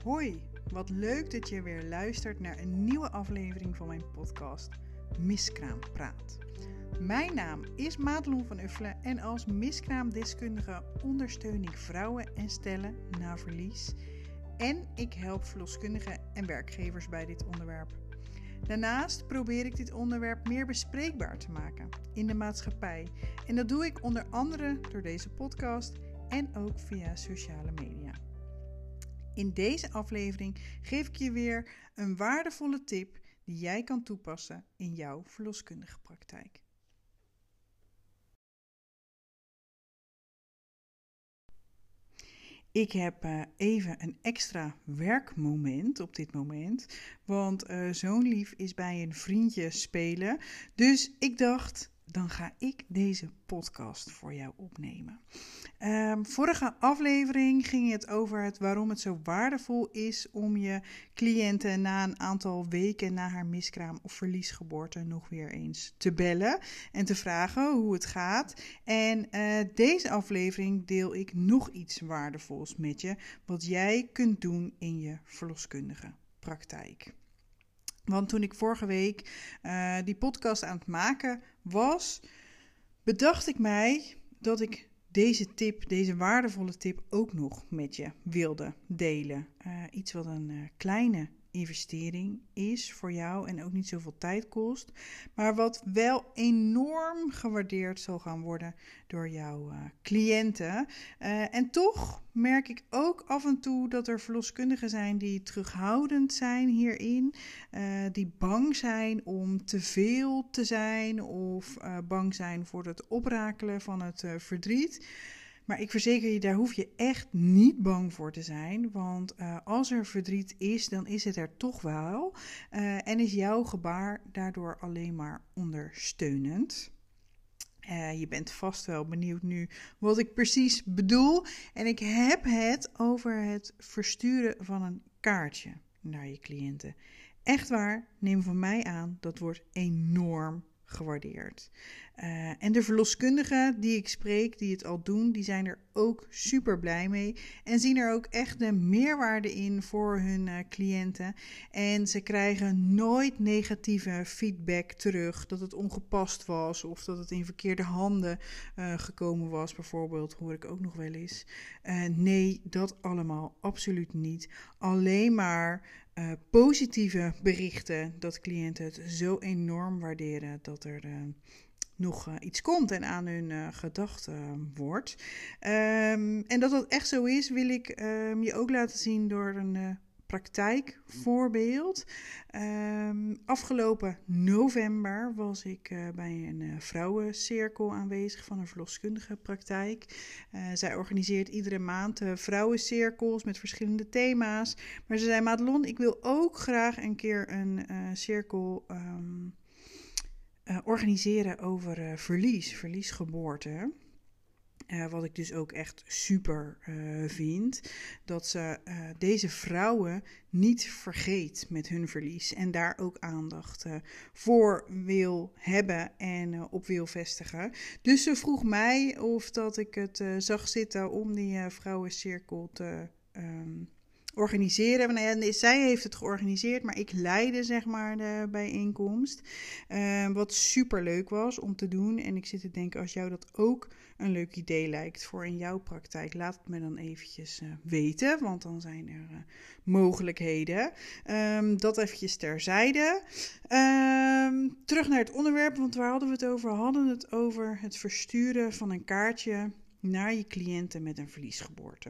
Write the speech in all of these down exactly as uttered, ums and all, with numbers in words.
Hoi, wat leuk dat je weer luistert naar een nieuwe aflevering van mijn podcast Miskraam Praat. Mijn naam is Madelon van Uffelen en als miskraamdeskundige ondersteun ik vrouwen en stellen na verlies. En ik help verloskundigen en werkgevers bij dit onderwerp. Daarnaast probeer ik dit onderwerp meer bespreekbaar te maken in de maatschappij. En dat doe ik onder andere door deze podcast en ook via sociale media. In deze aflevering geef ik je weer een waardevolle tip die jij kan toepassen in jouw verloskundige praktijk. Ik heb uh, even een extra werkmoment op dit moment, want uh, zo'n lief is bij een vriendje spelen. Dus ik dacht, dan ga ik deze podcast voor jou opnemen. Um, vorige aflevering ging het over het waarom het zo waardevol is om je cliënten na een aantal weken na haar miskraam of verliesgeboorte nog weer eens te bellen en te vragen hoe het gaat. En uh, deze aflevering deel ik nog iets waardevols met je, wat jij kunt doen in je verloskundige praktijk. Want toen ik vorige week uh, die podcast aan het maken was, bedacht ik mij dat ik deze tip, deze waardevolle tip ook nog met je wilde delen. Uh, iets wat een uh, kleine investering is voor jou en ook niet zoveel tijd kost, maar wat wel enorm gewaardeerd zal gaan worden door jouw uh, cliënten. Uh, en toch merk ik ook af en toe dat er verloskundigen zijn die terughoudend zijn hierin, uh, die bang zijn om te veel te zijn of uh, bang zijn voor het oprakelen van het uh, verdriet. Maar ik verzeker je, daar hoef je echt niet bang voor te zijn. Want uh, als er verdriet is, dan is het er toch wel. Uh, en is jouw gebaar daardoor alleen maar ondersteunend. Uh, je bent vast wel benieuwd nu wat ik precies bedoel. En ik heb het over het versturen van een kaartje naar je cliënten. Echt waar, neem van mij aan, dat wordt enorm gewaardeerd. Uh, en de verloskundigen die ik spreek, die het al doen, die zijn er ook super blij mee en zien er ook echt de meerwaarde in voor hun uh, cliënten. En ze krijgen nooit negatieve feedback terug, dat het ongepast was of dat het in verkeerde handen uh, gekomen was, bijvoorbeeld, hoor ik ook nog wel eens. Uh, nee, dat allemaal absoluut niet. Alleen maar Uh, positieve berichten dat cliënten het zo enorm waarderen dat er uh, nog uh, iets komt en aan hun uh, gedachten uh, wordt. Um, en dat dat echt zo is, wil ik uh, je ook laten zien door een uh, praktijkvoorbeeld. Um, afgelopen november was ik uh, bij een uh, vrouwencirkel aanwezig van een verloskundige praktijk. Uh, zij organiseert iedere maand uh, vrouwencirkels met verschillende thema's. Maar ze zei, Madelon, ik wil ook graag een keer een uh, cirkel um, uh, organiseren over uh, verlies, verliesgeboorte. Uh, wat ik dus ook echt super uh, vind, dat ze uh, deze vrouwen niet vergeet met hun verlies en daar ook aandacht uh, voor wil hebben en uh, op wil vestigen. Dus ze vroeg mij of dat ik het uh, zag zitten om die uh, vrouwencirkel te um, organiseren. Nou ja, zij heeft het georganiseerd, maar ik leidde zeg maar de bijeenkomst. Uh, wat super leuk was om te doen. En ik zit te denken, als jou dat ook een leuk idee lijkt voor in jouw praktijk, laat het me dan eventjes uh, weten, want dan zijn er uh, mogelijkheden. Um, dat eventjes terzijde. Um, terug naar het onderwerp, want waar hadden we het over? We hadden het over het versturen van een kaartje naar je cliënten met een verliesgeboorte.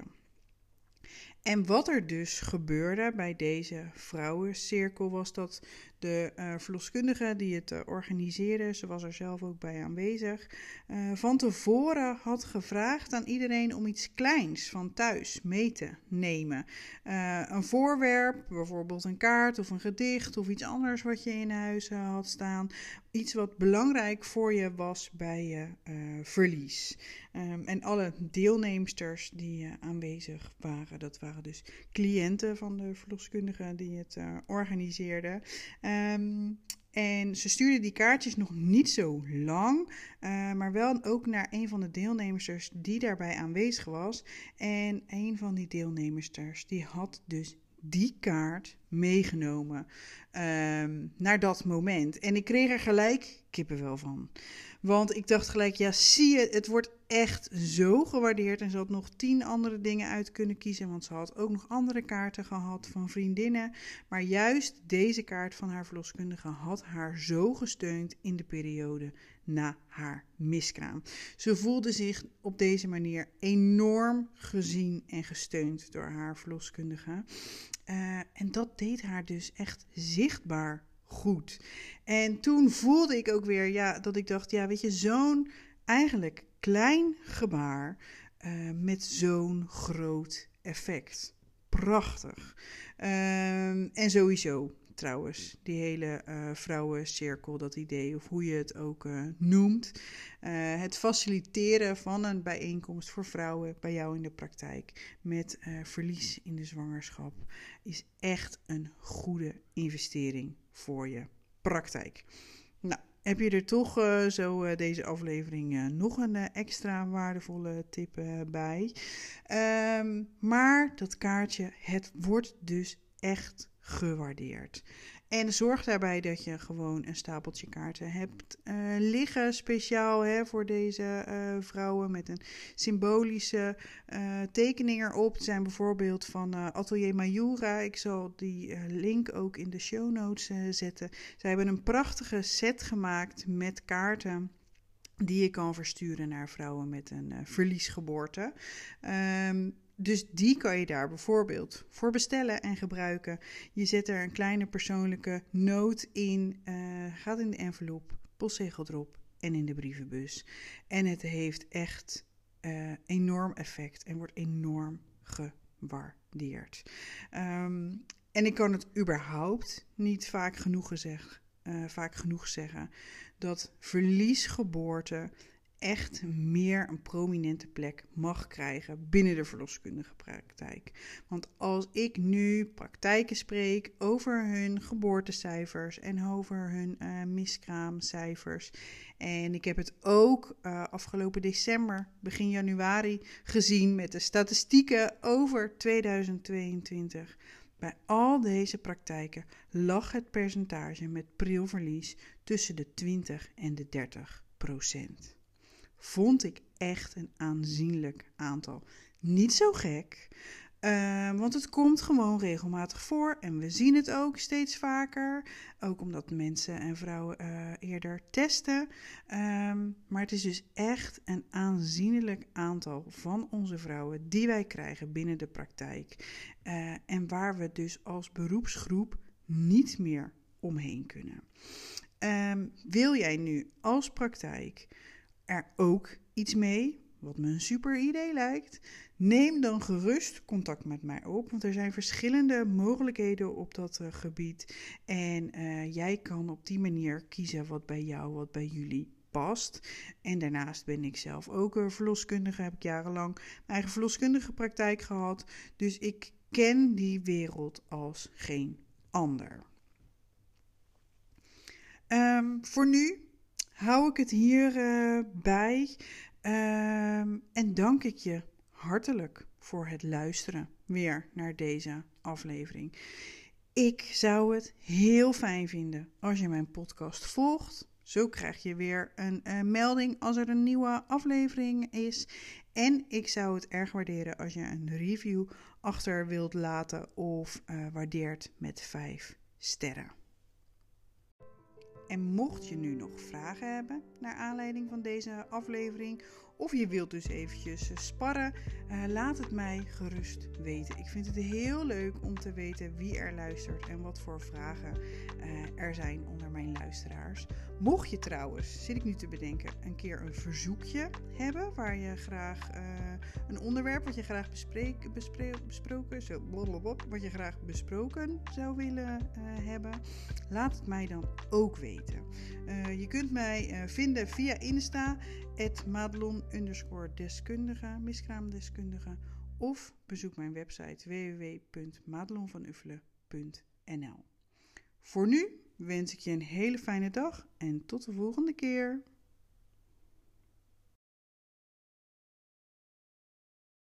En wat er dus gebeurde bij deze vrouwencirkel was dat de uh, verloskundige die het uh, organiseerde, ze was er zelf ook bij aanwezig, uh, van tevoren had gevraagd aan iedereen om iets kleins van thuis mee te nemen. Uh, een voorwerp, bijvoorbeeld een kaart of een gedicht of iets anders wat je in huis uh, had staan. Iets wat belangrijk voor je was bij je uh, verlies. Um, en alle deelnemsters die uh, aanwezig waren, dat waren dus cliënten van de verloskundige die het uh, organiseerden. Um, en ze stuurden die kaartjes nog niet zo lang, uh, maar wel ook naar een van de deelnemsters die daarbij aanwezig was. En een van die deelnemsters die had dus die kaart meegenomen um, naar dat moment. En ik kreeg er gelijk kippenvel van. Want ik dacht gelijk, ja zie je, het wordt echt zo gewaardeerd. En ze had nog tien andere dingen uit kunnen kiezen. Want ze had ook nog andere kaarten gehad van vriendinnen. Maar juist deze kaart van haar verloskundige had haar zo gesteund in de periode na haar miskraam. Ze voelde zich op deze manier enorm gezien en gesteund door haar verloskundige. Uh, en dat deed haar dus echt zichtbaar goed. En toen voelde ik ook weer, ja, dat ik dacht, ja, weet je, zo'n eigenlijk klein gebaar uh, met zo'n groot effect. Prachtig. Uh, en sowieso, trouwens, die hele uh, vrouwencirkel, dat idee, of hoe je het ook uh, noemt. Uh, het faciliteren van een bijeenkomst voor vrouwen bij jou in de praktijk met uh, verlies in de zwangerschap is echt een goede investering voor je praktijk. Nou, heb je er toch uh, zo uh, deze aflevering uh, nog een uh, extra waardevolle tip uh, bij. Um, maar dat kaartje, het wordt dus echt gewaardeerd. En zorg daarbij dat je gewoon een stapeltje kaarten hebt uh, liggen, speciaal hè, voor deze uh, vrouwen met een symbolische uh, tekening erop. Het zijn bijvoorbeeld van uh, Atelier Mayura. Ik zal die uh, link ook in de show notes uh, zetten. Zij hebben een prachtige set gemaakt met kaarten die je kan versturen naar vrouwen met een uh, verliesgeboorte. Um, Dus die kan je daar bijvoorbeeld voor bestellen en gebruiken. Je zet er een kleine persoonlijke noot in, uh, gaat in de envelop, postzegel erop en in de brievenbus. En het heeft echt uh, enorm effect en wordt enorm gewaardeerd. Um, en ik kan het überhaupt niet vaak genoeg, gezegd, uh, vaak genoeg zeggen dat verliesgeboorte echt meer een prominente plek mag krijgen binnen de verloskundige praktijk. Want als ik nu praktijken spreek over hun geboortecijfers en over hun uh, miskraamcijfers. En ik heb het ook uh, afgelopen december, begin januari, gezien met de statistieken over tweeduizend tweeëntwintig. Bij al deze praktijken lag het percentage met prilverlies tussen de twintig en de dertig procent. Vond ik echt een aanzienlijk aantal. Niet zo gek, uh, want het komt gewoon regelmatig voor en we zien het ook steeds vaker. Ook omdat mensen en vrouwen uh, eerder testen. Um, maar het is dus echt een aanzienlijk aantal van onze vrouwen die wij krijgen binnen de praktijk. Uh, en waar we dus als beroepsgroep niet meer omheen kunnen. Um, wil jij nu als praktijk er ook iets mee, wat me een super idee lijkt, neem dan gerust contact met mij op, want er zijn verschillende mogelijkheden op dat uh, gebied en uh, jij kan op die manier kiezen wat bij jou, wat bij jullie past. En daarnaast ben ik zelf ook een verloskundige, heb ik jarenlang mijn eigen verloskundige praktijk gehad, dus ik ken die wereld als geen ander. Um, voor nu hou ik het hierbij uh, um, en dank ik je hartelijk voor het luisteren weer naar deze aflevering. Ik zou het heel fijn vinden als je mijn podcast volgt. Zo krijg je weer een uh, melding als er een nieuwe aflevering is. En ik zou het erg waarderen als je een review achter wilt laten of uh, waardeert met vijf sterren. En mocht je nu nog vragen hebben naar aanleiding van deze aflevering, of je wilt dus eventjes sparren, uh, laat het mij gerust weten. Ik vind het heel leuk om te weten wie er luistert en wat voor vragen uh, er zijn onder mijn luisteraars. Mocht je trouwens, zit ik nu te bedenken, een keer een verzoekje hebben waar je graag uh, een onderwerp wat je graag bespreek, bespre, besproken, zo, blablabla, wat je graag besproken zou willen uh, hebben, laat het mij dan ook weten. Uh, je kunt mij uh, vinden via Insta, at madelon underscore deskundige, miskraamdeskundige, of bezoek mijn website w w w punt madelon van uffelen punt n l. Voor nu wens ik je een hele fijne dag en tot de volgende keer.